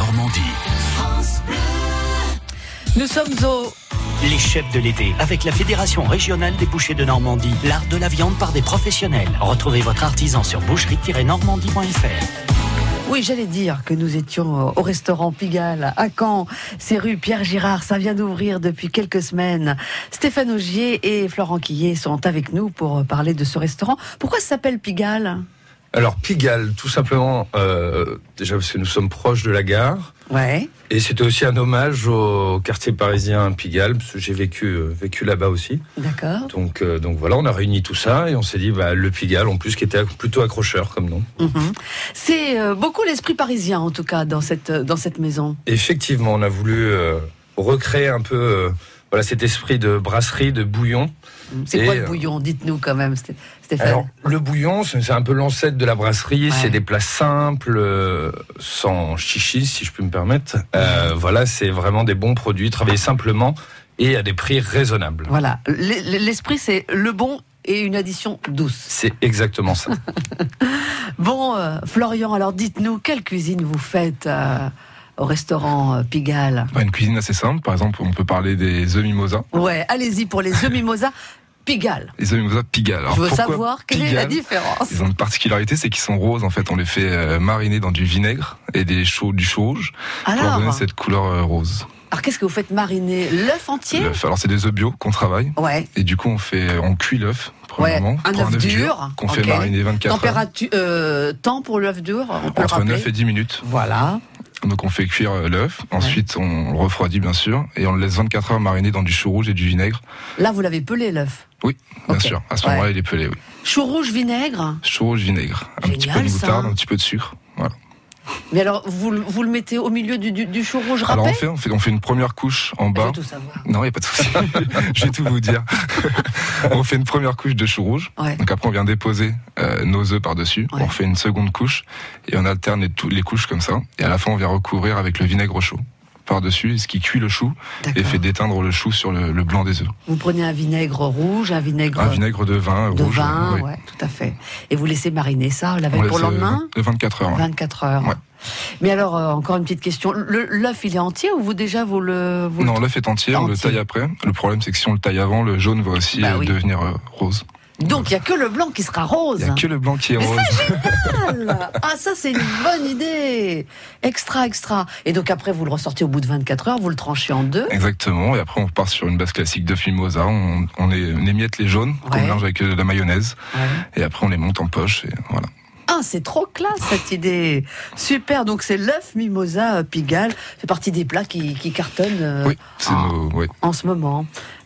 Normandie. Nous sommes au... Les chefs de l'été, avec la Fédération régionale des bouchers de Normandie. L'art de la viande par des professionnels. Retrouvez votre artisan sur boucherie-normandie.fr. Oui, j'allais dire que nous étions au restaurant Pigalle à Caen. C'est rue Pierre Girard, ça vient d'ouvrir depuis quelques semaines. Stéphane Augier et Florent Quillet sont avec nous pour parler de ce restaurant. Pourquoi ça s'appelle Pigalle ? Alors Pigalle, tout simplement, déjà parce que nous sommes proches de la gare. Ouais. Et c'était aussi un hommage au quartier parisien Pigalle, parce que j'ai vécu là-bas aussi. D'accord. Donc voilà, on a réuni tout ça et on s'est dit le Pigalle, en plus, qui était plutôt accrocheur comme nom. Mm-hmm. C'est beaucoup l'esprit parisien, en tout cas, dans cette maison. Effectivement, on a voulu recréer un peu cet esprit de brasserie, de bouillon. C'est quoi le bouillon ? Dites-nous quand même, Stéphane. Alors, le bouillon, c'est un peu l'ancêtre de la brasserie. Ouais. C'est des plats simples, sans chichi, si je peux me permettre. C'est vraiment des bons produits, travaillés simplement et à des prix raisonnables. Voilà. L'esprit, c'est le bon et une addition douce. C'est exactement ça. Bon, Florian, alors dites-nous, quelle cuisine vous faites au restaurant Pigalle? Une cuisine assez simple. Par exemple, on peut parler des œufs mimosa. Ouais, allez-y pour les œufs mimosa Pigalle. Les œufs mimosa Pigalle. Alors, je veux savoir quelle est la différence. Ils ont une particularité, c'est qu'ils sont roses. En fait, on les fait mariner dans du vinaigre et du chou rouge pour donner cette couleur rose. Alors, qu'est-ce que vous faites mariner ? L'œuf entier ? L'œuf. Alors, c'est des œufs bio qu'on travaille. Ouais. Et du coup, on cuit l'œuf. Un œuf dur qu'on fait mariner 24 heures. Temps pour l'œuf dur, on peut entre 9 et 10 minutes. Voilà. Donc on fait cuire l'œuf, ensuite on le refroidit bien sûr, et on le laisse 24 heures mariner dans du chou rouge et du vinaigre. Là vous l'avez pelé l'œuf ? Oui, bien sûr, à ce moment-là il est pelé, oui. Chou rouge, vinaigre ? Chou rouge, vinaigre, un petit peu de moutarde, un petit peu de sucre, voilà. Mais alors, vous le mettez au milieu du chou rouge râpé ? Alors on fait une première couche en bas. Je veux tout savoir. Non, il n'y a pas de souci. Je vais tout vous dire. On fait une première couche de chou rouge. Ouais. Donc après, on vient déposer nos œufs par-dessus. Ouais. On fait une seconde couche et on alterne les couches comme ça. Et à la fin, on vient recouvrir avec le vinaigre chaud par-dessus, ce qui cuit le chou. D'accord. Et fait déteindre le chou sur le blanc des œufs. Vous prenez un vinaigre rouge, un vinaigre de vin rouge. De vin, oui. Ouais, tout à fait. Et vous laissez mariner ça la veille pour le lendemain ? 24 heures. 24 heures. Ouais. Mais alors, encore une petite question. L'œuf, il est entier ou vous le... Non, l'œuf est entier, on le taille après. Le problème, c'est que si on le taille avant, le jaune va aussi devenir rose. Donc, il n'y a que le blanc qui sera rose. Il n'y a que le blanc qui est rose. C'est génial. Ah, ça, c'est une bonne idée. Extra. Et donc, après, vous le ressortez au bout de 24 heures, vous le tranchez en deux. Exactement. Et après, on part sur une base classique d'œuf mimosa. On émiette les jaunes, qu'on mélange avec de la mayonnaise. Ouais. Et après, on les monte en poche. Et voilà. Ah, c'est trop classe cette idée. Super, donc c'est l'œuf mimosa Pigalle, fait partie des plats qui cartonnent en ce moment.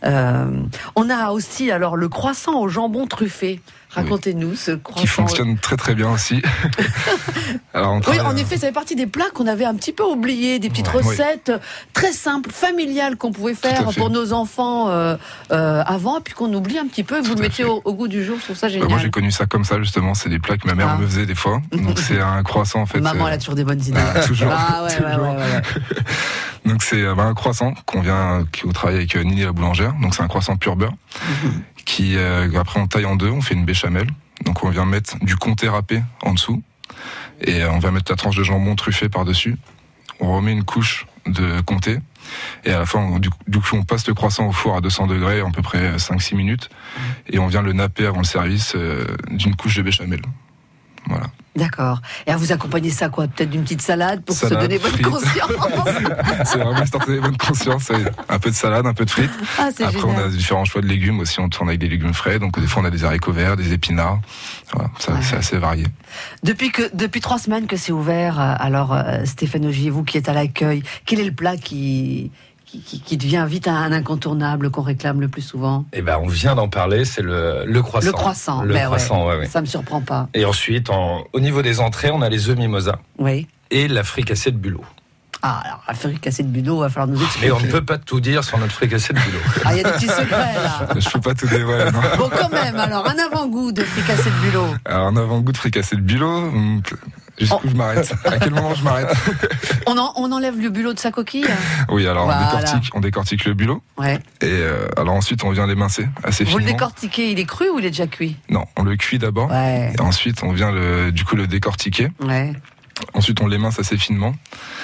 On a aussi alors le croissant au jambon truffé. Racontez-nous ce croissant. Qui fonctionne très très bien aussi. Alors, en effet, ça fait partie des plats qu'on avait un petit peu oubliés, des petites recettes très simples, familiales qu'on pouvait faire pour nos enfants avant, et puis qu'on oublie un petit peu. Vous le mettez au goût du jour, je trouve ça génial. Moi, j'ai connu ça comme ça justement. C'est des plats que ma mère me faisait des fois. Donc c'est un croissant en fait. Maman, elle a toujours des bonnes idées. Toujours. Toujours. Donc c'est un croissant qu'on travaille avec Nini la boulangère. Donc c'est un croissant pur beurre. Qui après on taille en deux, on fait une béchamel. Donc on vient mettre du comté râpé en dessous et on va mettre la tranche de jambon truffé par-dessus. On remet une couche de comté et à la fin du coup on passe le croissant au four à 200 degrés à peu près 5-6 minutes et on vient le napper avant le service d'une couche de béchamel. Voilà. D'accord. Et à vous accompagner ça quoi ? Peut-être d'une petite salade pour se donner bonne conscience. C'est vraiment histoire de donner bonne conscience. Un peu de salade, un peu de frites. Après, génial. On a différents choix de légumes aussi. On tourne avec des légumes frais. Donc des fois, on a des haricots verts, des épinards. Voilà, c'est assez varié. Depuis 3 semaines que c'est ouvert, alors Stéphane Augier, vous qui êtes à l'accueil, quel est le plat qui devient vite un incontournable qu'on réclame le plus souvent? On vient d'en parler, c'est le croissant. Le croissant, ouais. Ça me surprend pas. Et ensuite, au niveau des entrées, on a les œufs mimosa. Oui. Et la fricassée de bulot. Ah, alors la fricassée de bulot, va falloir nous expliquer. Mais on ne peut pas tout dire sur notre fricassée de bulot. Ah, il y a des petits secrets là. Je peux pas tout dévoiler, non. Bon, quand même, alors, un avant-goût de fricassée de bulot. Alors, un avant-goût de fricassée de bulot. Jusqu'où je m'arrête? À quel moment je m'arrête? On enlève le bulot de sa coquille? Oui, alors on décortique le bulot. Ouais. Et alors ensuite on vient l'émincer assez finement. Vous le décortiquez, il est cru ou il est déjà cuit? Non, on le cuit d'abord. Ouais. Et ensuite on vient le décortiquer. Ouais. Ensuite on l'émince assez finement.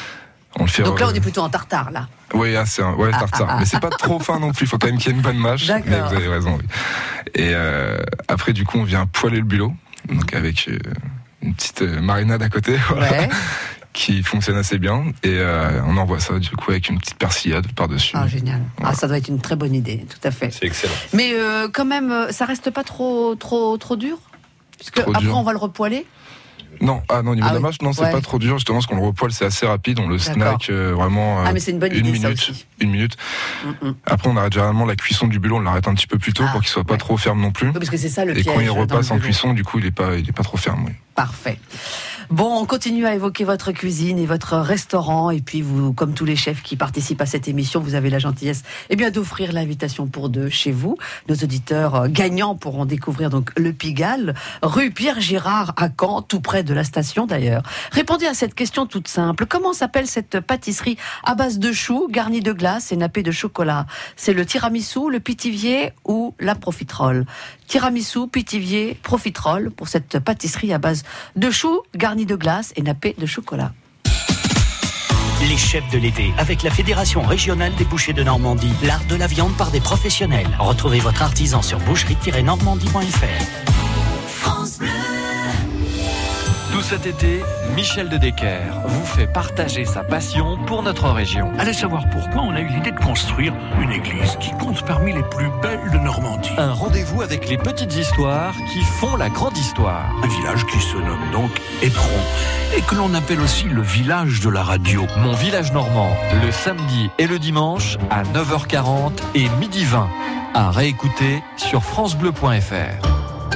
On le fait. Donc là, on est plutôt en tartare, là. Oui, tartare. Mais c'est pas trop fin non plus. Il faut quand même qu'il y ait une bonne mâche. D'accord. Mais vous avez raison. Oui. Et après, du coup, on vient poêler le bulot, donc avec une petite marinade à côté, voilà, Ouais. qui fonctionne assez bien. Et on envoie ça du coup avec une petite persillade par-dessus. Ah, génial. Voilà. Ah, ça doit être une très bonne idée, tout à fait. C'est excellent. Mais quand même, ça reste pas trop dur, puisque Trop après dur. on va le repoêler. Non, au niveau de la mâche, non, c'est Ouais. pas trop dur. Justement, parce qu'on le repoêle, c'est assez rapide. On le snack vraiment. Ah, mais c'est une bonne idée, ça aussi. Une minute. Après, on arrête généralement la cuisson du bulot. On l'arrête un petit peu plus tôt pour qu'il soit pas trop ferme non plus. Oui, parce que c'est ça le Et piège. quand il repasse dans le en cuisson, du coup, il est pas trop ferme. Oui. Parfait. Bon, on continue à évoquer votre cuisine et votre restaurant. Et puis, vous, comme tous les chefs qui participent à cette émission, vous avez la gentillesse d'offrir l'invitation pour deux chez vous. Nos auditeurs gagnants pourront découvrir donc le Pigalle, rue Pierre Girard à Caen, tout près de la station d'ailleurs. Répondez à cette question toute simple. Comment s'appelle cette pâtisserie à base de choux, garnie de glace et nappée de chocolat? C'est le tiramisu, le pithiviers ou la profiterole? Tiramisu, pithiviers, profiterole pour cette pâtisserie à base de choux, garnie de glace et nappée de chocolat. Les chefs de l'été, avec la Fédération régionale des bouchers de Normandie, l'art de la viande par des professionnels. Retrouvez votre artisan sur boucherie-normandie.fr. France Bleu. Tout cet été, Michel de Decker vous fait partager sa passion pour notre région. Allez savoir pourquoi on a eu l'idée de construire une église qui compte parmi les plus belles de Normandie. Un rendez-vous avec les petites histoires qui font la grande histoire. Un village qui se nomme donc Éperon et que l'on appelle aussi le village de la radio. Mon village normand, le samedi et le dimanche à 9h40 et 12h20. À réécouter sur francebleu.fr.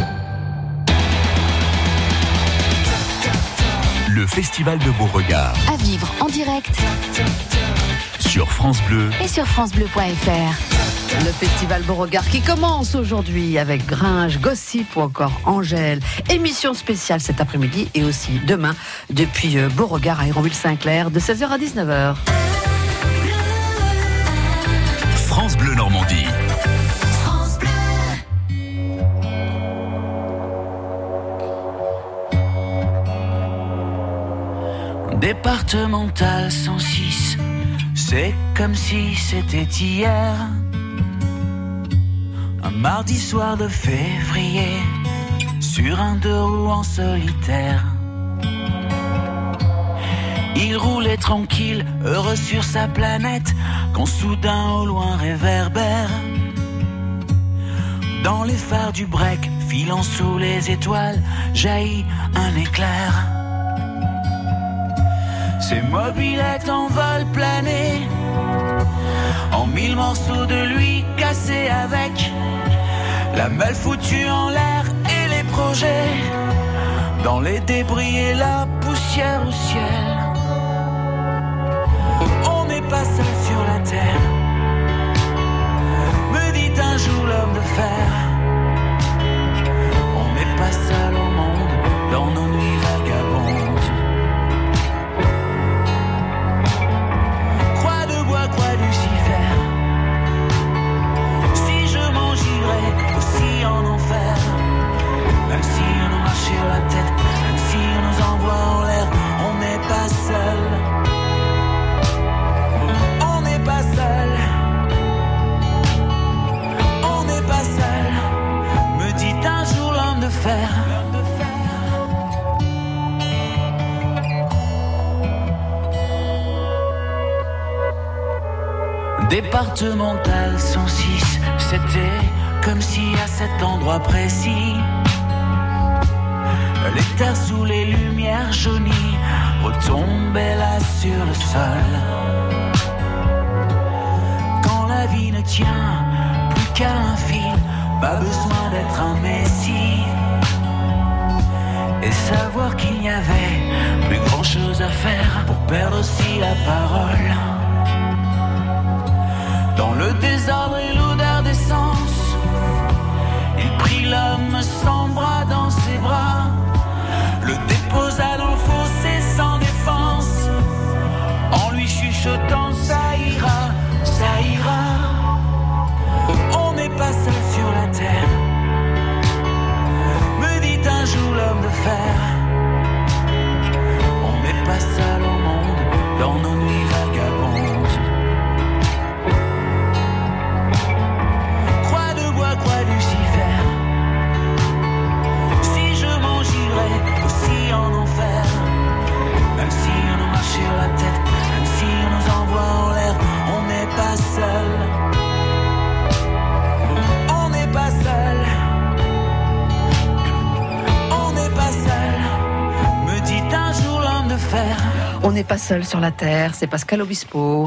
Le Festival de Beauregard À vivre en direct sur France Bleu et sur francebleu.fr. Le Festival Beauregard qui commence aujourd'hui avec Gringe, Gossip ou encore Angèle. Émission spéciale cet après-midi et aussi demain depuis Beauregard à Héronville-Saint-Clair de 16h à 19h. France Bleu Normandie. Départemental 106, c'est comme si c'était hier. Un mardi soir de février, sur un deux roues en solitaire. Il roulait tranquille, heureux sur sa planète, quand soudain au loin réverbère. Dans les phares du break, filant sous les étoiles, jaillit un éclair. Ses mobylettes en vol plané, en mille morceaux de lui cassés avec la malle foutue en l'air et les projets dans les débris et la poussière au ciel. On n'est pas seul sur la terre, me dit un jour l'homme de fer. On n'est pas seul au monde dans nos nuits vagabondes. Croix Lucifer, si je m'en j'irai aussi en enfer. Même si on nous marche sur la tête, même si on nous envoie en l'air, on n'est pas seul. On n'est pas seul. On n'est pas seul, me dit un jour l'homme de fer. Départemental 106, c'était comme si à cet endroit précis, les terres sous les lumières jaunies retombaient là sur le sol. Quand la vie ne tient plus qu'à un fil, pas besoin d'être un messie, et savoir qu'il n'y avait plus grand chose à faire pour perdre aussi la parole. Dans le désordre et l'odeur d'essence, il prit l'homme sans bras dans ses bras, le déposa dans le fossé sans défense, en lui chuchotant ça ira, ça ira. On n'est pas seul sur la terre, me dit un jour l'homme de fer. On n'est pas seul au monde dans nos nuits faire. On n'est pas seul sur la terre, c'est Pascal Obispo.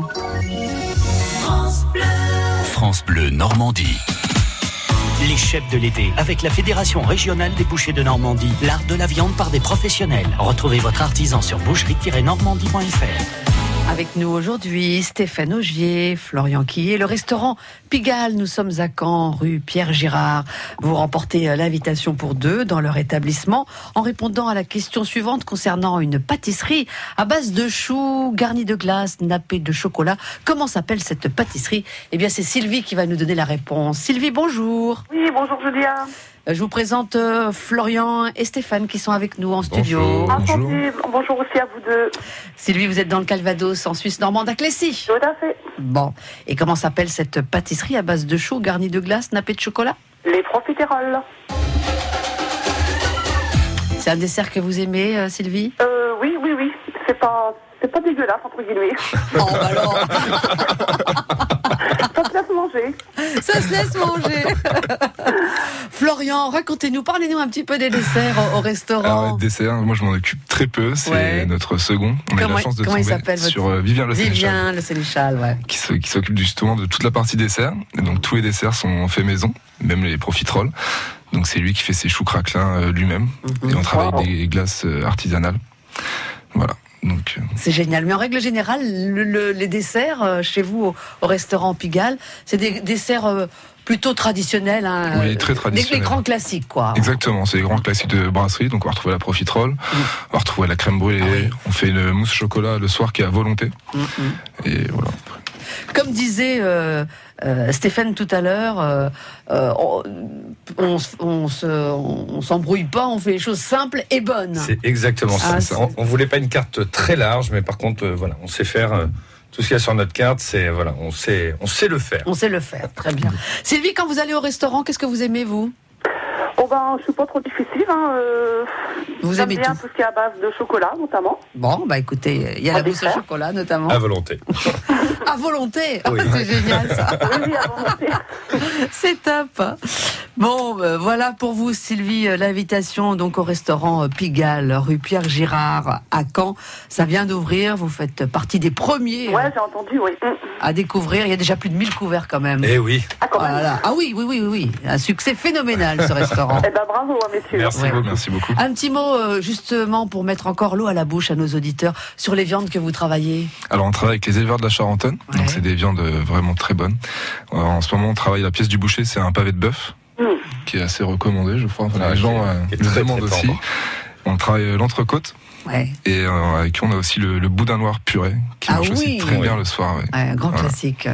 France Bleu Normandie. Les chefs de l'été, avec la Fédération régionale des bouchers de Normandie, l'art de la viande par des professionnels. Retrouvez votre artisan sur boucherie-normandie.fr. Avec nous aujourd'hui, Stéphane Augier, Florian Quillet, le restaurant Pigalle. Nous sommes à Caen, rue Pierre Girard. Vous remportez l'invitation pour deux dans leur établissement en répondant à la question suivante concernant une pâtisserie à base de choux, garnie de glace, nappée de chocolat. Comment s'appelle cette pâtisserie ? Eh bien, c'est Sylvie qui va nous donner la réponse. Sylvie, bonjour. Oui, bonjour Julia. Je vous présente Florian et Stéphane qui sont avec nous en studio. Bonjour. Bonjour aussi à vous deux. Sylvie, vous êtes dans le Calvados, en Suisse normande, à Clécy. Tout à fait. Bon, et comment s'appelle cette pâtisserie à base de choux, garnie de glace, nappée de chocolat ? Les profiteroles. C'est un dessert que vous aimez, Sylvie ? Oui. C'est pas dégueulasse, entre guillemets. Oh, bah alors. Ça se laisse manger. Ça se laisse manger. Florian, racontez-nous, parlez-nous un petit peu des desserts au restaurant. Alors, les desserts, moi je m'en occupe très peu, c'est notre second. On a eu la chance de tomber sur Vivien Le Sénéchal. Vivien Le Sénéchal, ouais. Qui s'occupe justement de toute la partie dessert. Et donc tous les desserts sont faits maison, même les profiteroles. Donc c'est lui qui fait ses choux craquelins lui-même. Et on travaille avec des glaces artisanales. Voilà. Donc, c'est génial. Mais en règle générale, les desserts chez vous au restaurant Pigalle, c'est des desserts plutôt traditionnels. Hein, oui, très traditionnels. Les grands classiques, quoi. Exactement, c'est les grands classiques de brasserie. Donc on va retrouver la profiterole, on va retrouver la crème brûlée. On fait une mousse chocolat le soir qui est à volonté. Et voilà. Comme disait Stéphane tout à l'heure, on s'embrouille pas, on fait les choses simples et bonnes. C'est exactement ça. On voulait pas une carte très large, mais par contre, voilà, on sait faire tout ce qu'il y a sur notre carte. C'est voilà, on sait le faire. On sait le faire, très bien. Sylvie, quand vous allez au restaurant, qu'est-ce que vous aimez vous ? Oh ben, je suis pas trop difficile. Vous aimez bien tout ce qui est à base de chocolat, notamment. Bon, bah écoutez, il y a la mousse au chocolat, notamment. À volonté. À volonté. Oui. C'est génial, ça. Oui, à volonté. C'est top. Bon, voilà pour vous, Sylvie, l'invitation donc au restaurant Pigalle, rue Pierre Girard, à Caen. Ça vient d'ouvrir. Vous faites partie des premiers. Ouais, j'ai entendu, oui. À découvrir. Il y a déjà plus de 1000 couverts quand même. Eh oui. Voilà. Ah oui. Un succès phénoménal, ce restaurant. Eh ben bravo, messieurs. Merci beaucoup. Un petit mot, justement, pour mettre encore l'eau à la bouche à nos auditeurs sur les viandes que vous travaillez. Alors, on travaille avec les éleveurs de la Charentonne. Ouais. Donc, c'est des viandes vraiment très bonnes. Alors, en ce moment, on travaille la pièce du boucher, c'est un pavé de bœuf, qui est assez recommandé, je crois. Enfin, les gens le demandent aussi. On travaille l'entrecôte. Ouais. Et avec qui on a aussi le boudin noir puré, qui marche aussi très bien le soir. Ouais, grand classique.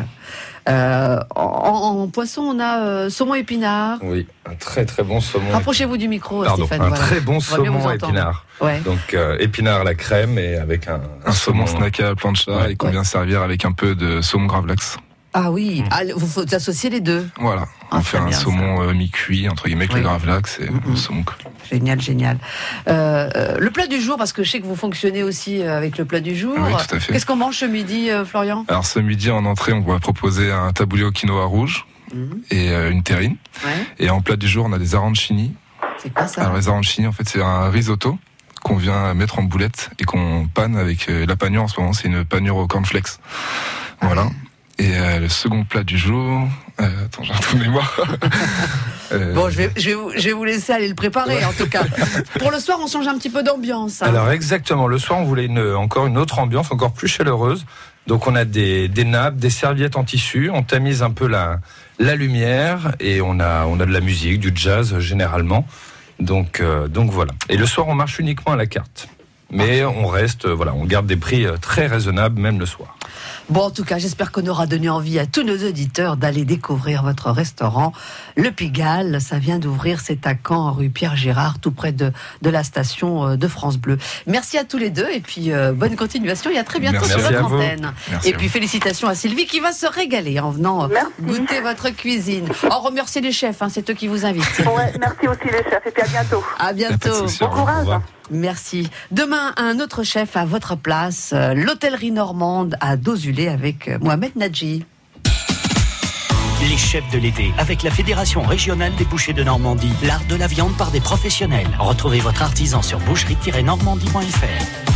En poisson, on a saumon épinard. Oui, un très très bon saumon. Rapprochez-vous du micro, Pardon, Stéphane. Très bon saumon épinard. Ouais. Donc épinard à la crème et avec un saumon snacké à la plancha et qu'on vient servir avec un peu de saumon gravlax. Ah oui, vous associez les deux. Voilà, on fait un saumon mi-cuit, entre guillemets, avec le gravlax et le saumon. Génial. Le plat du jour, parce que je sais que vous fonctionnez aussi avec le plat du jour. Oui, tout à fait. Qu'est-ce qu'on mange ce midi, Florian ? Alors ce midi, en entrée, on va proposer un taboulé au quinoa rouge et une terrine. Ouais. Et en plat du jour, on a des arancini. C'est quoi ça ? Alors les arancini, en fait, c'est un risotto qu'on vient mettre en boulette et qu'on panne avec la panure. En ce moment, c'est une panure au cornflakes. Voilà. Et le second plat du jour... attends, j'ai un trou de mémoire. Bon, je vais vous laisser aller le préparer, en tout cas. Pour le soir, on change un petit peu d'ambiance. Hein. Alors exactement, le soir, on voulait encore une autre ambiance, encore plus chaleureuse. Donc on a des nappes, des serviettes en tissu, on tamise un peu la lumière et on a de la musique, du jazz généralement. Donc voilà. Et le soir, on marche uniquement à la carte. Mais on reste, on garde des prix très raisonnables, même le soir. Bon, en tout cas, j'espère qu'on aura donné envie à tous nos auditeurs d'aller découvrir votre restaurant. Le Pigalle, ça vient d'ouvrir, c'est à Caen, rue Pierre Girard, tout près de la station de France Bleu. Merci à tous les deux et puis bonne continuation et à très bientôt sur votre antenne. Et puis félicitations à Sylvie qui va se régaler en venant goûter votre cuisine. Remerciez les chefs, c'est eux qui vous invitent. Ouais, merci aussi les chefs et puis à bientôt. À bientôt. Bon courage. Merci. Demain, un autre chef à votre place, l'hôtellerie normande à Dozulé avec Mohamed Nadji. Les chefs de l'été, avec la Fédération régionale des bouchers de Normandie, l'art de la viande par des professionnels. Retrouvez votre artisan sur boucherie-normandie.fr.